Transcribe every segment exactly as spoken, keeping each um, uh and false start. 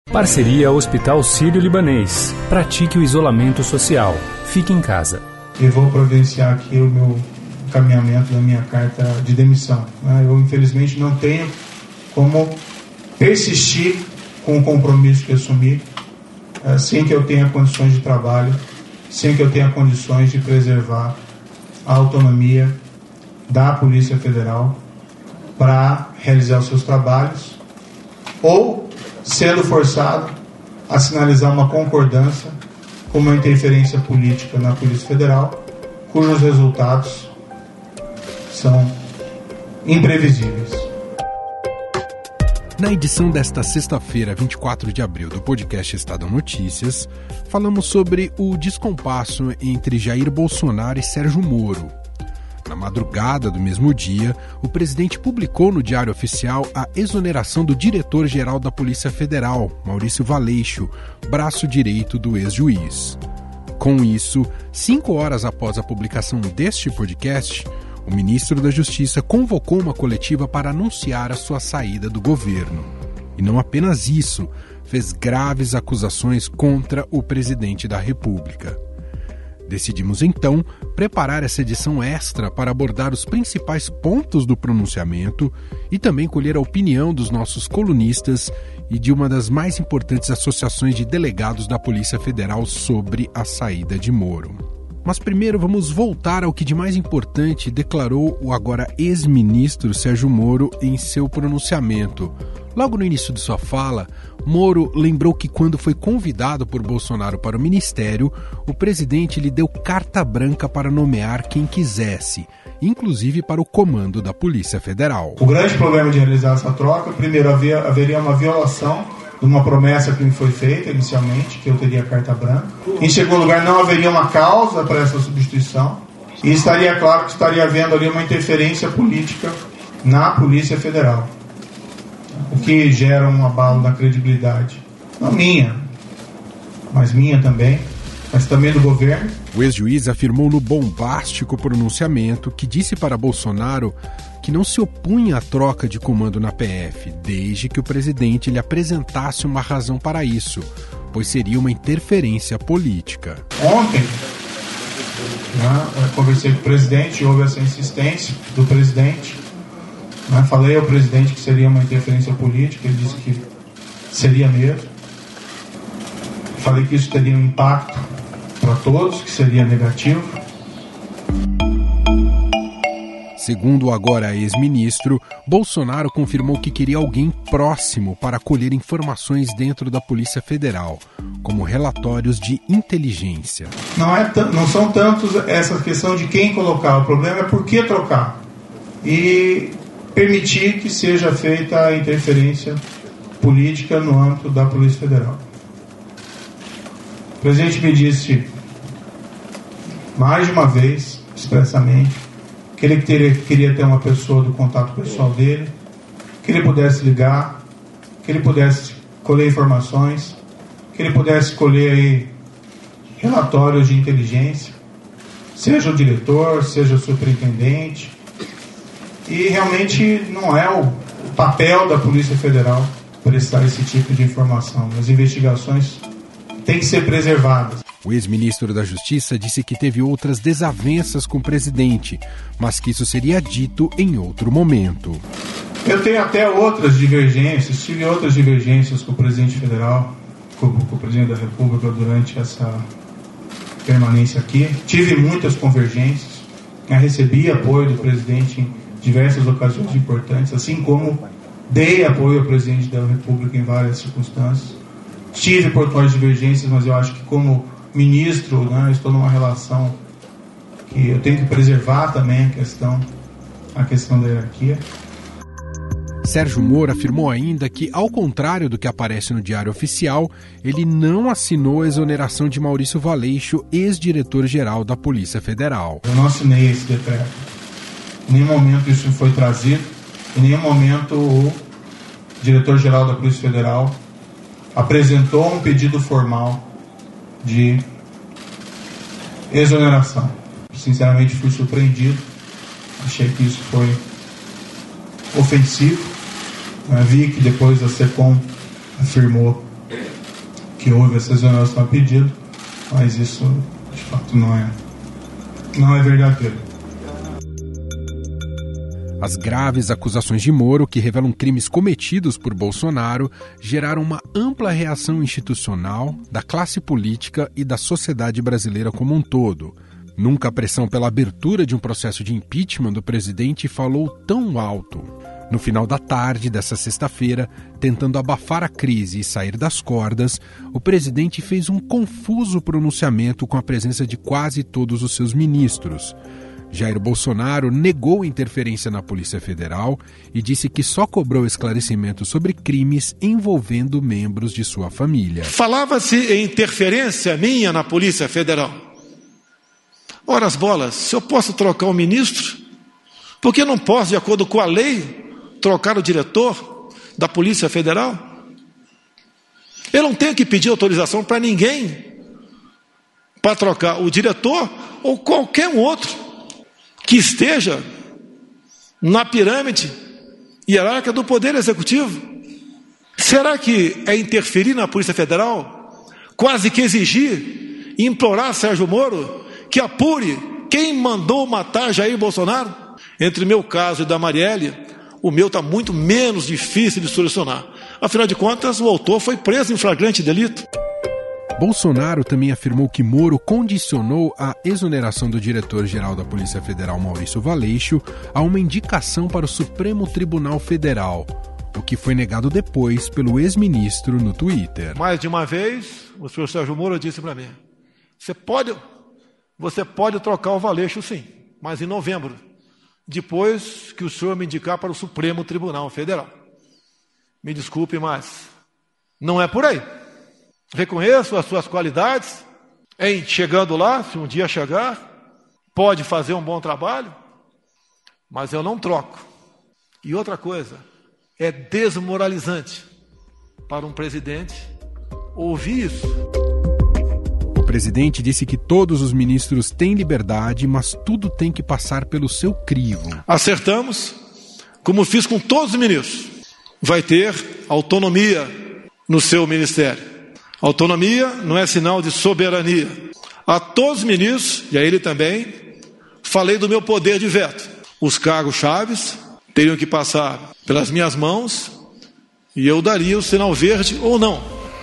Parceria Hospital Sírio-Libanês. Pratique o isolamento social. Fique em casa. Eu vou providenciar aqui o meu encaminhamento da minha carta de demissão. Eu, infelizmente, não tenho como persistir com o compromisso que assumi, sem que eu tenha condições de trabalho, sem que eu tenha condições de preservar a autonomia da Polícia Federal para realizar os seus trabalhos, ou sendo forçado a sinalizar uma concordância com uma interferência política na Polícia Federal, cujos resultados são imprevisíveis. Na edição desta sexta-feira, vinte e quatro de abril, do podcast Estadão Notícias, falamos sobre o descompasso entre Jair Bolsonaro e Sérgio Moro. Na madrugada do mesmo dia, o presidente publicou no Diário Oficial a exoneração do diretor-geral da Polícia Federal, Maurício Valeixo, braço direito do ex-juiz. Com isso, cinco horas após a publicação deste podcast, o ministro da Justiça convocou uma coletiva para anunciar a sua saída do governo. E não apenas isso, fez graves acusações contra o presidente da República. Decidimos, então, preparar essa edição extra para abordar os principais pontos do pronunciamento e também colher a opinião dos nossos colunistas e de uma das mais importantes associações de delegados da Polícia Federal sobre a saída de Moro. Mas primeiro vamos voltar ao que de mais importante declarou o agora ex-ministro Sérgio Moro em seu pronunciamento. Logo no início de sua fala, Moro lembrou que quando foi convidado por Bolsonaro para o ministério, o presidente lhe deu carta branca para nomear quem quisesse, inclusive para o comando da Polícia Federal. O grande problema de realizar essa troca, primeiro, havia, haveria uma violação de uma promessa que me foi feita inicialmente, que eu teria carta branca. Em segundo lugar, não haveria uma causa para essa substituição. E estaria claro que estaria havendo ali uma interferência política na Polícia Federal, o que gera um abalo na credibilidade, não minha, mas minha também, mas também do governo. O ex-juiz afirmou no bombástico pronunciamento que disse para Bolsonaro que não se opunha à troca de comando na P F, desde que o presidente lhe apresentasse uma razão para isso, pois seria uma interferência política. Ontem, né, eu conversei com o presidente, houve essa insistência do presidente. Né, falei ao presidente que seria uma interferência política, ele disse que seria mesmo. Falei que isso teria um impacto para todos, que seria negativo. Segundo o agora ex-ministro, Bolsonaro confirmou que queria alguém próximo para colher informações dentro da Polícia Federal, como relatórios de inteligência. Não, é t- não são tantos essa questão de quem colocar, o problema é por que trocar. E permitir que seja feita a interferência política no âmbito da Polícia Federal. O presidente me disse mais de uma vez, expressamente, que ele teria, queria ter uma pessoa do contato pessoal dele, que ele pudesse ligar, que ele pudesse colher informações, que ele pudesse colher aí relatórios de inteligência, seja o diretor, seja o superintendente. E realmente não é o papel da Polícia Federal prestar esse tipo de informação. As investigações têm que ser preservadas. O ex-ministro da Justiça disse que teve outras desavenças com o presidente, mas que isso seria dito em outro momento. Eu tenho até outras divergências, tive outras divergências com o presidente federal, com, com o presidente da República durante essa permanência aqui. Tive muitas convergências, eu recebi apoio do presidente em diversas ocasiões importantes, assim como dei apoio ao presidente da República em várias circunstâncias. Tive pontuais divergências, mas eu acho que como ministro, né, estou numa relação que eu tenho que preservar também a questão, a questão da hierarquia. Sérgio Moro afirmou ainda que, ao contrário do que aparece no Diário Oficial, ele não assinou a exoneração de Maurício Valeixo, ex-diretor-geral da Polícia Federal. Eu não assinei esse decreto. Em nenhum momento isso foi trazido, em nenhum momento o diretor-geral da Polícia Federal apresentou um pedido formal de exoneração. Sinceramente fui surpreendido, achei que isso foi ofensivo. Eu vi que depois a SECOM afirmou que houve essa exoneração a pedido, mas isso de fato não é, não é verdadeiro. As graves acusações de Moro, que revelam crimes cometidos por Bolsonaro, geraram uma ampla reação institucional, da classe política e da sociedade brasileira como um todo. Nunca a pressão pela abertura de um processo de impeachment do presidente falou tão alto. No final da tarde dessa sexta-feira, tentando abafar a crise e sair das cordas, o presidente fez um confuso pronunciamento com a presença de quase todos os seus ministros. Jair Bolsonaro negou interferência na Polícia Federal e disse que só cobrou esclarecimentos sobre crimes envolvendo membros de sua família. Falava-se em interferência minha na Polícia Federal. Ora as bolas, se eu posso trocar o ministro, por que não posso, de acordo com a lei, trocar o diretor da Polícia Federal? Eu não tenho que pedir autorização para ninguém para trocar o diretor ou qualquer um outro que esteja na pirâmide hierárquica do Poder Executivo. Será que é interferir na Polícia Federal? Quase que exigir, implorar Sérgio Moro que apure quem mandou matar Jair Bolsonaro? Entre o meu caso e da Marielle, o meu está muito menos difícil de solucionar. Afinal de contas, o autor foi preso em flagrante delito. Bolsonaro também afirmou que Moro condicionou a exoneração do diretor-geral da Polícia Federal, Maurício Valeixo, a uma indicação para o Supremo Tribunal Federal, o que foi negado depois pelo ex-ministro no Twitter. Mais de uma vez, o senhor Sérgio Moro disse para mim, você pode, você pode trocar o Valeixo sim, mas em novembro, depois que o senhor me indicar para o Supremo Tribunal Federal. Me desculpe, mas não é por aí. Reconheço as suas qualidades em chegando lá, se um dia chegar, pode fazer um bom trabalho, mas eu não troco. E outra coisa, é desmoralizante para um presidente ouvir isso. O presidente disse que todos os ministros têm liberdade, mas tudo tem que passar pelo seu crivo. Acertamos, como fiz com todos os ministros, vai ter autonomia no seu ministério. Autonomia não é sinal de soberania. A todos os ministros, e a ele também, falei do meu poder de veto. Os cargos chaves teriam que passar pelas minhas mãos e eu daria o sinal verde ou não.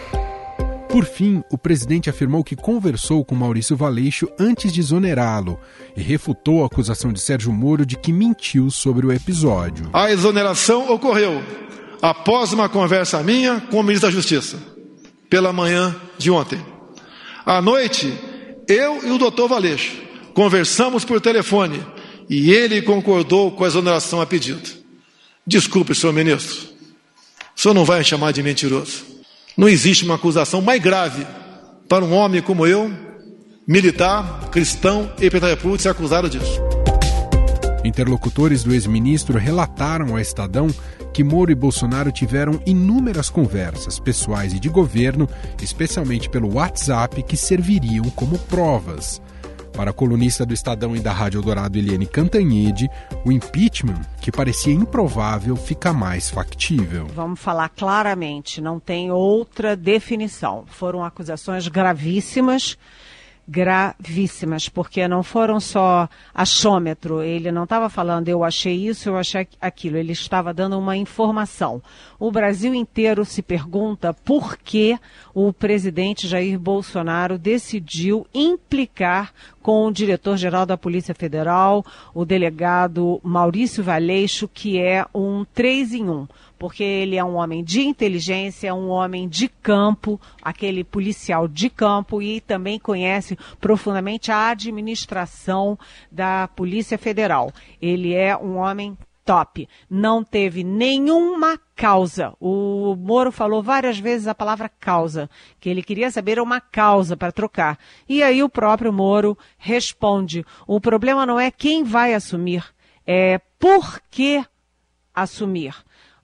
Por fim, o presidente afirmou que conversou com Maurício Valeixo antes de exonerá-lo e refutou a acusação de Sérgio Moro de que mentiu sobre o episódio. A exoneração ocorreu após uma conversa minha com o ministro da Justiça, pela manhã de ontem. À noite, eu e o doutor Valeixo conversamos por telefone e ele concordou com a exoneração a pedido. Desculpe, senhor ministro, o senhor não vai me chamar de mentiroso. Não existe uma acusação mais grave para um homem como eu, militar, cristão e presidente da República, ser acusado disso. Interlocutores do ex-ministro relataram ao Estadão que Moro e Bolsonaro tiveram inúmeras conversas pessoais e de governo, especialmente pelo WhatsApp, que serviriam como provas. Para a colunista do Estadão e da Rádio Eldorado, Eliane Cantanhede, o impeachment, que parecia improvável, fica mais factível. Vamos falar claramente, não tem outra definição. Foram acusações gravíssimas, gravíssimas, porque não foram só achômetro, ele não estava falando eu achei isso, eu achei aquilo, ele estava dando uma informação. O Brasil inteiro se pergunta por que o presidente Jair Bolsonaro decidiu implicar com o diretor-geral da Polícia Federal, o delegado Maurício Valeixo, que é um três em um. Porque ele é um homem de inteligência, um homem de campo, aquele policial de campo, e também conhece profundamente a administração da Polícia Federal. Ele é um homem top. Não teve nenhuma causa. O Moro falou várias vezes a palavra causa, que ele queria saber uma causa para trocar. E aí o próprio Moro responde, o problema não é quem vai assumir, é por que assumir.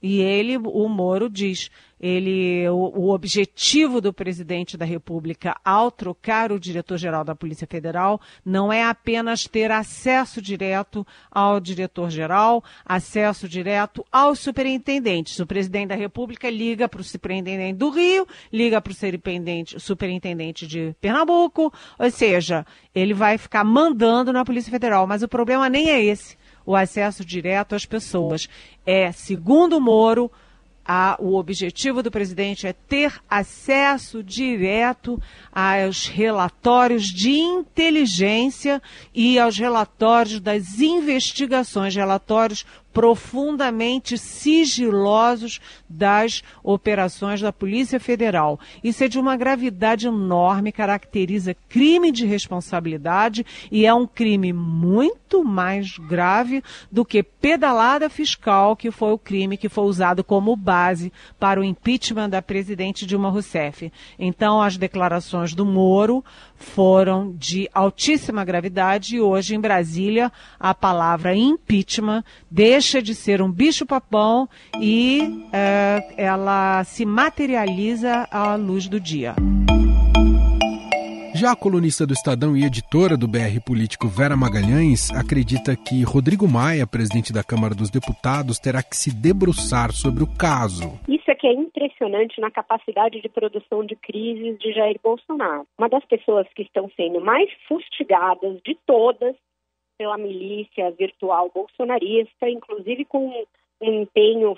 E ele, o Moro diz, ele, o, o objetivo do presidente da República ao trocar o diretor-geral da Polícia Federal não é apenas ter acesso direto ao diretor-geral, acesso direto aos superintendentes. O presidente da República liga para o superintendente do Rio, liga para o superintendente, superintendente de Pernambuco, ou seja, ele vai ficar mandando na Polícia Federal, mas o problema nem é esse. O acesso direto às pessoas. É, segundo o Moro, a, o objetivo do presidente é ter acesso direto aos relatórios de inteligência e aos relatórios das investigações, relatórios profundamente sigilosos das operações da Polícia Federal. Isso é de uma gravidade enorme, caracteriza crime de responsabilidade e é um crime muito mais grave do que pedalada fiscal, que foi o crime que foi usado como base para o impeachment da presidente Dilma Rousseff. Então, as declarações do Moro foram de altíssima gravidade e hoje em Brasília a palavra impeachment deixa de ser um bicho-papão e é, ela se materializa à luz do dia. Já a colunista do Estadão e editora do B R Político Vera Magalhães acredita que Rodrigo Maia, presidente da Câmara dos Deputados, terá que se debruçar sobre o caso. Isso é que é impressionante na capacidade de produção de crises de Jair Bolsonaro. Uma das pessoas que estão sendo mais fustigadas de todas pela milícia virtual bolsonarista, inclusive com um empenho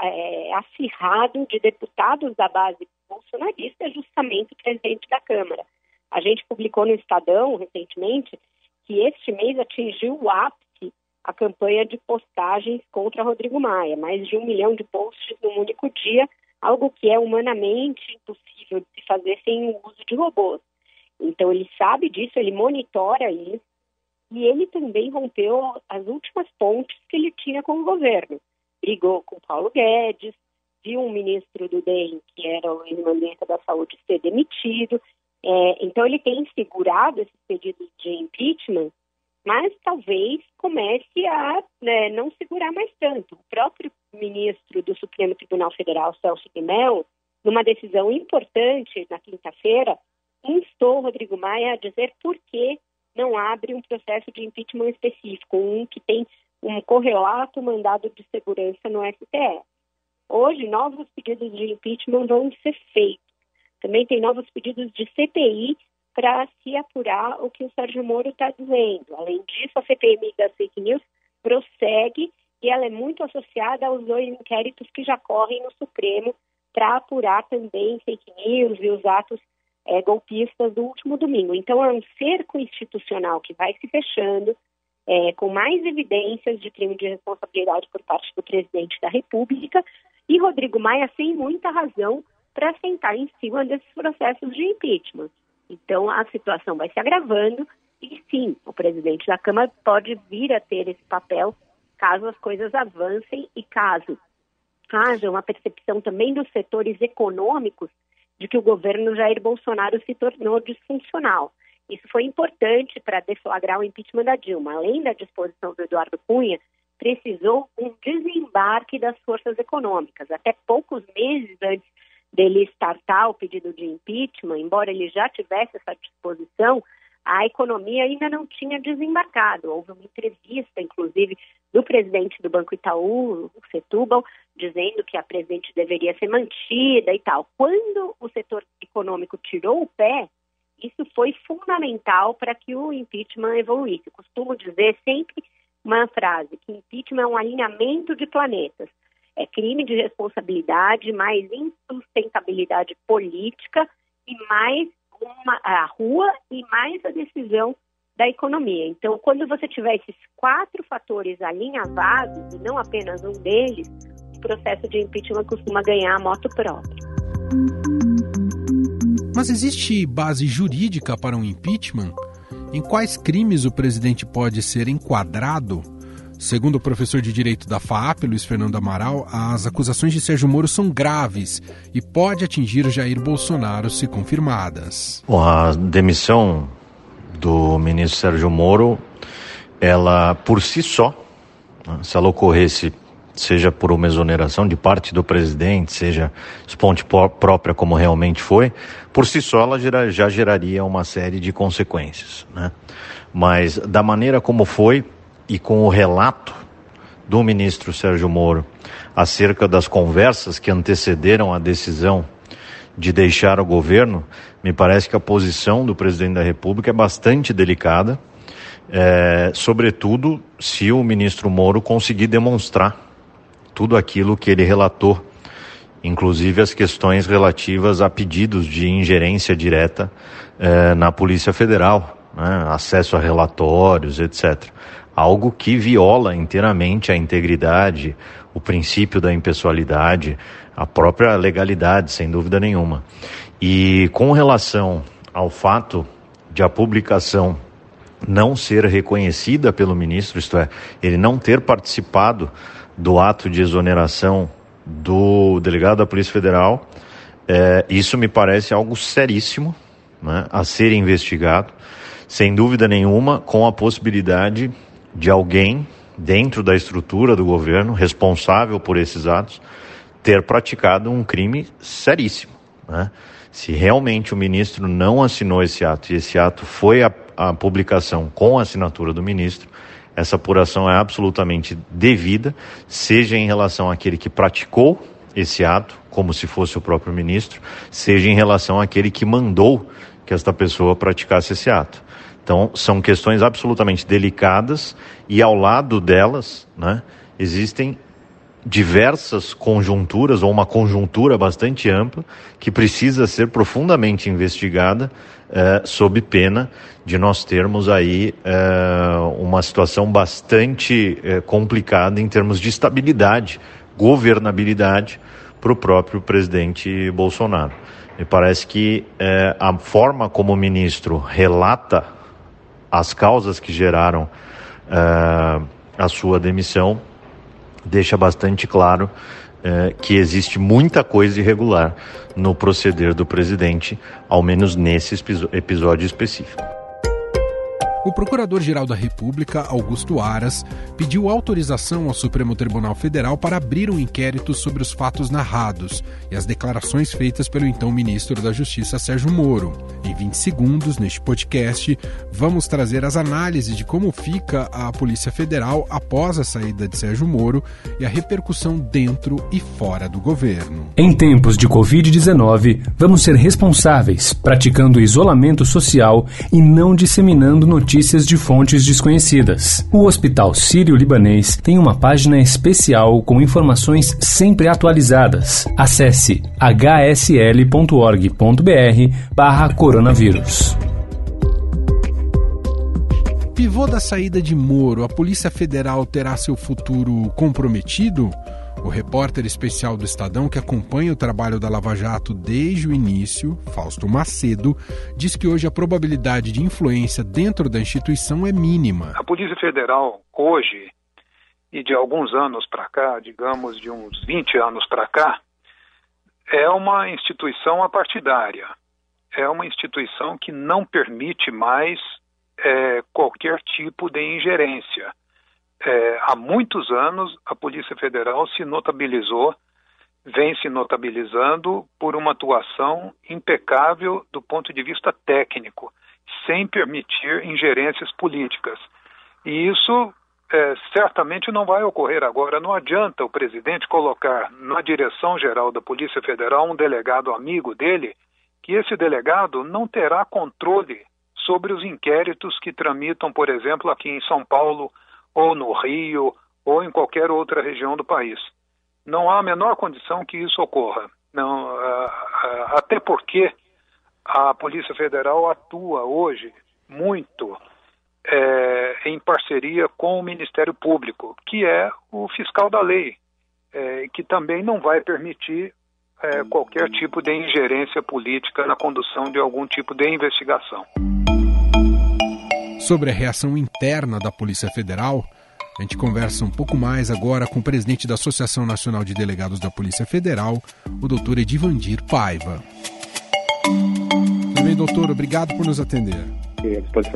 é, acirrado de deputados da base bolsonarista, é justamente o presidente da Câmara. A gente publicou no Estadão, recentemente, que este mês atingiu o ápice a campanha de postagens contra Rodrigo Maia. Mais de um milhão de posts num único dia, algo que é humanamente impossível de se fazer sem o uso de robôs. Então, ele sabe disso, ele monitora isso, e ele também rompeu as últimas pontes que ele tinha com o governo. Brigou com Paulo Guedes, viu um ministro do D E M, que era o ex-ministro da Saúde, ser demitido. É, então, ele tem segurado esses pedidos de impeachment, mas talvez comece a né, não segurar mais tanto. O próprio ministro do Supremo Tribunal Federal, Celso de Mello, numa decisão importante na quinta-feira, instou Rodrigo Maia a dizer por que não abre um processo de impeachment específico, um que tem um correlato mandado de segurança no S T F. Hoje, novos pedidos de impeachment vão ser feitos. Também tem novos pedidos de C P I para se apurar o que o Sérgio Moro está dizendo. Além disso, a C P M das fake news prossegue e ela é muito associada aos dois inquéritos que já correm no Supremo para apurar também fake news e os atos é, golpistas do último domingo. Então, é um cerco institucional que vai se fechando, é, com mais evidências de crime de responsabilidade por parte do presidente da República, e Rodrigo Maia, sem muita razão, para sentar em cima desses processos de impeachment. Então, a situação vai se agravando e, sim, o presidente da Câmara pode vir a ter esse papel caso as coisas avancem e caso haja uma percepção também dos setores econômicos de que o governo Jair Bolsonaro se tornou disfuncional. Isso foi importante para deflagrar o impeachment da Dilma. Além da disposição do Eduardo Cunha, precisou um desembarque das forças econômicas. Até poucos meses antes dele startar o pedido de impeachment, embora ele já tivesse essa disposição, a economia ainda não tinha desembarcado. Houve uma entrevista, inclusive, do presidente do Banco Itaú, o Setúbal, dizendo que a presidente deveria ser mantida e tal. Quando o setor econômico tirou o pé, isso foi fundamental para que o impeachment evoluísse. Eu costumo dizer sempre uma frase, que impeachment é um alinhamento de planetas. É crime de responsabilidade, mais insustentabilidade política e mais uma, a rua e mais a decisão da economia. Então, quando você tiver esses quatro fatores alinhavados, e não apenas um deles, o processo de impeachment costuma ganhar a moto própria. Mas existe base jurídica para um impeachment? Em quais crimes o presidente pode ser enquadrado? Segundo o professor de Direito da F A A P, Luiz Fernando Amaral, as acusações de Sérgio Moro são graves e pode atingir Jair Bolsonaro se confirmadas. Bom, a demissão do ministro Sérgio Moro, ela por si só, se ela ocorresse seja por uma exoneração de parte do presidente, seja esponte própria como realmente foi, por si só ela gera, já geraria uma série de consequências, né? Mas da maneira como foi e com o relato do ministro Sérgio Moro acerca das conversas que antecederam a decisão de deixar o governo, me parece que a posição do presidente da República é bastante delicada, é, sobretudo se o ministro Moro conseguir demonstrar tudo aquilo que ele relatou, inclusive as questões relativas a pedidos de ingerência direta é, na Polícia Federal, né, acesso a relatórios, etcétera. Algo que viola inteiramente a integridade, o princípio da impessoalidade, a própria legalidade, sem dúvida nenhuma. E com relação ao fato de a publicação não ser reconhecida pelo ministro, isto é, ele não ter participado do ato de exoneração do delegado da Polícia Federal, é, isso me parece algo seríssimo, né, a ser investigado, sem dúvida nenhuma, com a possibilidade de alguém dentro da estrutura do governo responsável por esses atos ter praticado um crime seríssimo, né? Se realmente o ministro não assinou esse ato e esse ato foi a, a publicação com a assinatura do ministro, essa apuração é absolutamente devida, seja em relação àquele que praticou esse ato, como se fosse o próprio ministro, seja em relação àquele que mandou que esta pessoa praticasse esse ato. Então, são questões absolutamente delicadas e ao lado delas, né, existem diversas conjunturas, ou uma conjuntura bastante ampla, que precisa ser profundamente investigada, eh, sob pena de nós termos aí eh, uma situação bastante eh, complicada em termos de estabilidade, governabilidade para o próprio presidente Bolsonaro. Me parece que eh, a forma como o ministro relata as causas que geraram uh, a sua demissão deixa bastante claro uh, que existe muita coisa irregular no proceder do presidente, ao menos nesse episódio específico. O Procurador-Geral da República, Augusto Aras, pediu autorização ao Supremo Tribunal Federal para abrir um inquérito sobre os fatos narrados e as declarações feitas pelo então ministro da Justiça, Sérgio Moro. Em vinte segundos, neste podcast, vamos trazer as análises de como fica a Polícia Federal após a saída de Sérgio Moro e a repercussão dentro e fora do governo. Em tempos de covid dezenove, vamos ser responsáveis, praticando isolamento social e não disseminando notícias Notícias de fontes desconhecidas. O Hospital Sírio-Libanês tem uma página especial com informações sempre atualizadas. Acesse h s l ponto org ponto b r barra coronavírus. Pivô da saída de Moro, a Polícia Federal terá seu futuro comprometido? O repórter especial do Estadão, que acompanha o trabalho da Lava Jato desde o início, Fausto Macedo, diz que hoje a probabilidade de influência dentro da instituição é mínima. A Polícia Federal, hoje, e de alguns anos para cá, digamos de uns vinte anos para cá, é uma instituição apartidária. É uma instituição que não permite mais é, qualquer tipo de ingerência. É, há muitos anos a Polícia Federal se notabilizou, vem se notabilizando por uma atuação impecável do ponto de vista técnico, sem permitir ingerências políticas. E isso é, certamente não vai ocorrer agora. Não adianta o presidente colocar na direção-geral da Polícia Federal um delegado amigo dele, que esse delegado não terá controle sobre os inquéritos que tramitam, por exemplo, aqui em São Paulo, ou no Rio, ou em qualquer outra região do país. Não há a menor condição que isso ocorra. Não, uh, uh, até porque a Polícia Federal atua hoje muito é, em parceria com o Ministério Público, que é o fiscal da lei, é, que também não vai permitir é, qualquer tipo de ingerência política na condução de algum tipo de investigação. Sobre a reação interna da Polícia Federal, a gente conversa um pouco mais agora com o presidente da Associação Nacional de Delegados da Polícia Federal, o doutor Edivandir Paiva. Tudo bem, doutor? Obrigado por nos atender. À disposição.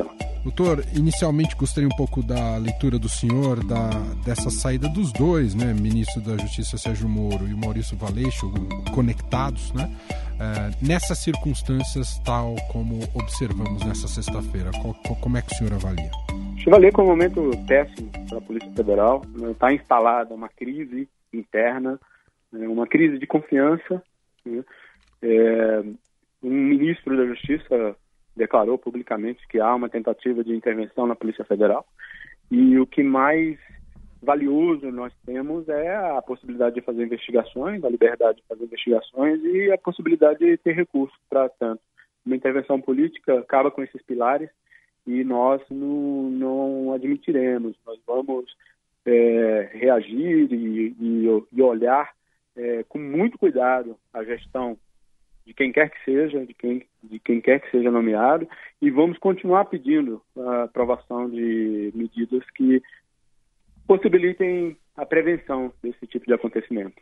Doutor, inicialmente gostaria um pouco da leitura do senhor, da, dessa saída dos dois, né, ministro da Justiça Sérgio Moro e o Maurício Valeixo, conectados, né, é, nessas circunstâncias, tal como observamos nessa sexta-feira. Qual, qual, como é que o senhor avalia? Eu avalio como um momento péssimo para a Polícia Federal. Está instalada uma crise interna, uma crise de confiança. Né? É, um ministro da Justiça declarou publicamente que há uma tentativa de intervenção na Polícia Federal, e o que mais valioso nós temos é a possibilidade de fazer investigações, a liberdade de fazer investigações e a possibilidade de ter recursos para tanto. Uma intervenção política acaba com esses pilares e nós não, não admitiremos. Nós vamos é, reagir e, e, e olhar é, com muito cuidado a gestão de quem quer que seja, de quem, de quem quer que seja nomeado, e vamos continuar pedindo a aprovação de medidas que possibilitem a prevenção desse tipo de acontecimento.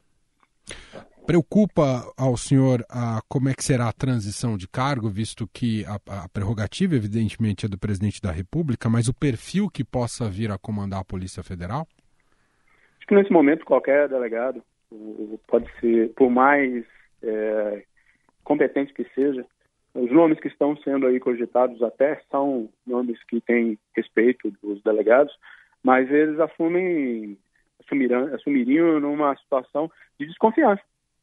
Preocupa ao senhor a, como é que será a transição de cargo, visto que a, a prerrogativa, evidentemente, é do presidente da República, mas o perfil que possa vir a comandar a Polícia Federal? Acho que nesse momento qualquer delegado pode ser, por mais é, competente que seja, os nomes que estão sendo aí cogitados até são nomes que têm respeito dos delegados, mas eles assumem, assumirão, assumiriam numa situação de desconfiança.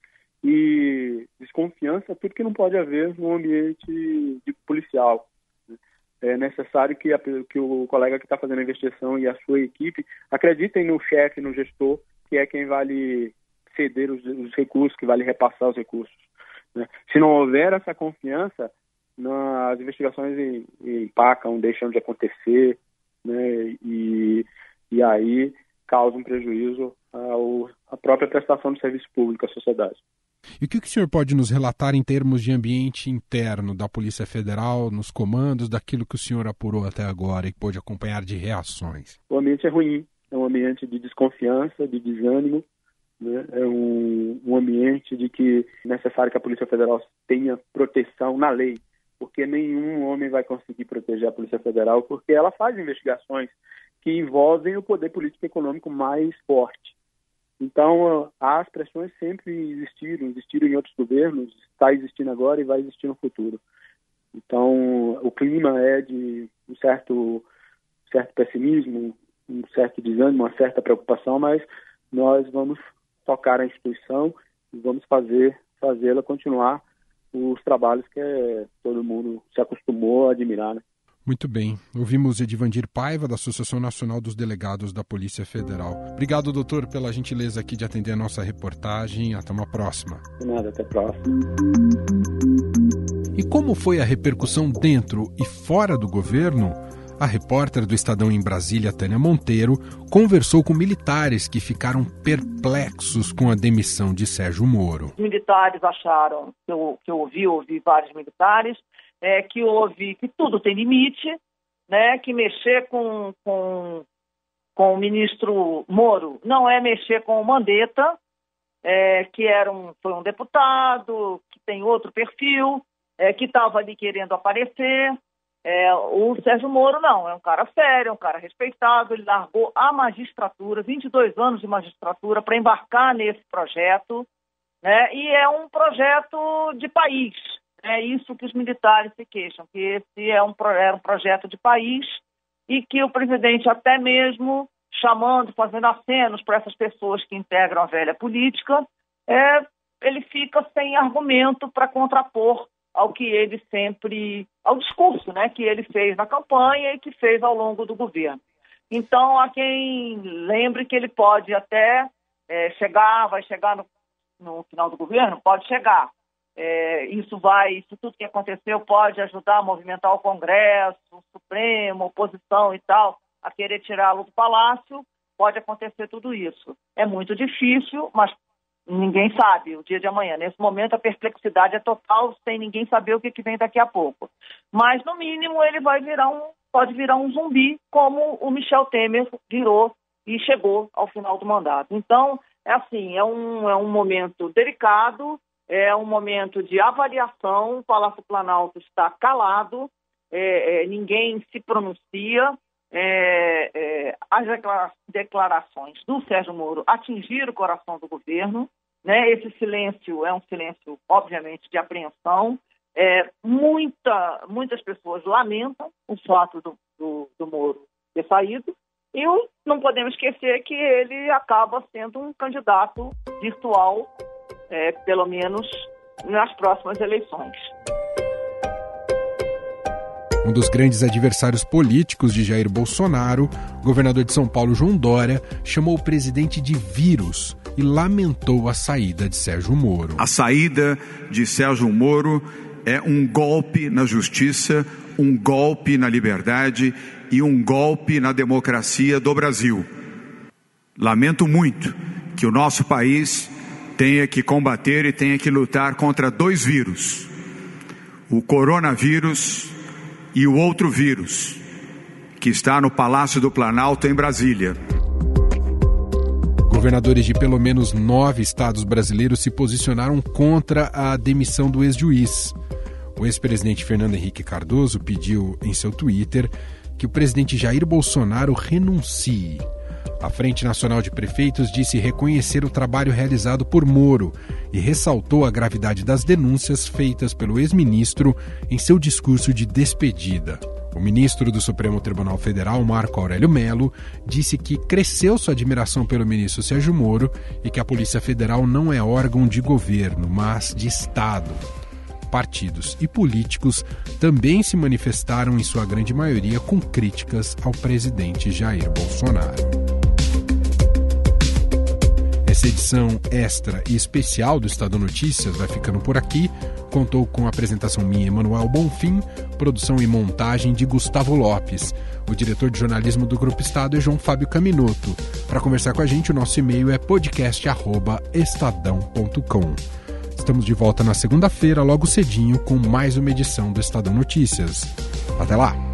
E desconfiança é tudo que não pode haver no ambiente de policial. É necessário que, a, que o colega que está fazendo a investigação e a sua equipe acreditem no chefe, no gestor, que é quem vai lhe ceder os, os recursos, que vai lhe repassar os recursos. Né? Se não houver essa confiança, não, as investigações empacam, deixam de acontecer, né? e, e aí causa um prejuízo ao, à própria prestação de serviço público à sociedade. E o que o senhor pode nos relatar em termos de ambiente interno da Polícia Federal, nos comandos, daquilo que o senhor apurou até agora e pôde acompanhar de reações? O ambiente é ruim, é um ambiente de desconfiança, de desânimo, né? É um, um ambiente de que é necessário que a Polícia Federal tenha proteção na lei, porque nenhum homem vai conseguir proteger a Polícia Federal, porque ela faz investigações que envolvem o poder político e econômico mais forte. Então, as pressões sempre existiram, existiram em outros governos, está existindo agora e vai existir no futuro. Então, o clima é de um certo, certo pessimismo, um certo desânimo, uma certa preocupação, mas nós vamos tocar a instituição e vamos fazer, fazê-la continuar os trabalhos que é, todo mundo se acostumou a admirar, né? Muito bem. Ouvimos Edivandir Paiva, da Associação Nacional dos Delegados da Polícia Federal. Obrigado, doutor, pela gentileza aqui de atender a nossa reportagem. Até uma próxima. De nada, até a próxima. E como foi a repercussão dentro e fora do governo? A repórter do Estadão em Brasília, Tânia Monteiro, conversou com militares que ficaram perplexos com a demissão de Sérgio Moro. Os militares acharam, que eu, que eu ouvi, eu ouvi vários militares, É, que houve, que tudo tem limite, né, que mexer com, com, com o ministro Moro não é mexer com o Mandetta, é, que era um, foi um deputado, que tem outro perfil, é, que estava ali querendo aparecer. É, o Sérgio Moro não, é um cara sério, é um cara respeitado, ele largou a magistratura, vinte e dois anos de magistratura, para embarcar nesse projeto, né, e é um projeto de país. É isso que os militares se queixam, que esse é um, era um projeto de país e que o presidente até mesmo chamando, fazendo acenos para essas pessoas que integram a velha política, é, ele fica sem argumento para contrapor ao que ele sempre, ao discurso, né, que ele fez na campanha e que fez ao longo do governo. Então, há quem lembre que ele pode até é, chegar, vai chegar no, no final do governo, pode chegar. É, isso vai, isso tudo que aconteceu pode ajudar a movimentar o Congresso, o Supremo, a oposição e tal, a querer tirá-lo do Palácio, pode acontecer tudo isso. É muito difícil, mas ninguém sabe o dia de amanhã. Nesse momento a perplexidade é total, sem ninguém saber o que, que vem daqui a pouco. Mas, no mínimo, ele vai virar um, pode virar um zumbi, como o Michel Temer virou e chegou ao final do mandato. Então, é assim, é um, é um momento delicado, é um momento de avaliação, o Palácio Planalto está calado, é, é, ninguém se pronuncia. É, é, as declarações do Sérgio Moro atingiram o coração do governo, né? Esse silêncio é um silêncio, obviamente, de apreensão. É, muita, muitas pessoas lamentam o fato do, do, do Moro ter saído, e não podemos esquecer que ele acaba sendo um candidato virtual, é, pelo menos nas próximas eleições. Um dos grandes adversários políticos de Jair Bolsonaro, o governador de São Paulo, João Dória, chamou o presidente de vírus e lamentou a saída de Sérgio Moro. A saída de Sérgio Moro é um golpe na justiça, um golpe na liberdade e um golpe na democracia do Brasil. Lamento muito que o nosso país tenha que combater e tenha que lutar contra dois vírus: o coronavírus e o outro vírus, que está no Palácio do Planalto, em Brasília. Governadores de pelo menos nove estados brasileiros se posicionaram contra a demissão do ex-juiz. O ex-presidente Fernando Henrique Cardoso pediu em seu Twitter que o presidente Jair Bolsonaro renuncie. A Frente Nacional de Prefeitos disse reconhecer o trabalho realizado por Moro e ressaltou a gravidade das denúncias feitas pelo ex-ministro em seu discurso de despedida. O ministro do Supremo Tribunal Federal, Marco Aurélio Mello, disse que cresceu sua admiração pelo ministro Sérgio Moro e que a Polícia Federal não é órgão de governo, mas de Estado. Partidos e políticos também se manifestaram, em sua grande maioria, com críticas ao presidente Jair Bolsonaro. Essa edição extra e especial do Estadão Notícias vai ficando por aqui. Contou com a apresentação minha, Emanuel Bonfim, produção e montagem de Gustavo Lopes. O diretor de jornalismo do Grupo Estado é João Fábio Caminoto. Para conversar com a gente, o nosso e-mail é podcast arroba estadão ponto com. Estamos de volta na segunda-feira, logo cedinho, com mais uma edição do Estadão Notícias. Até lá!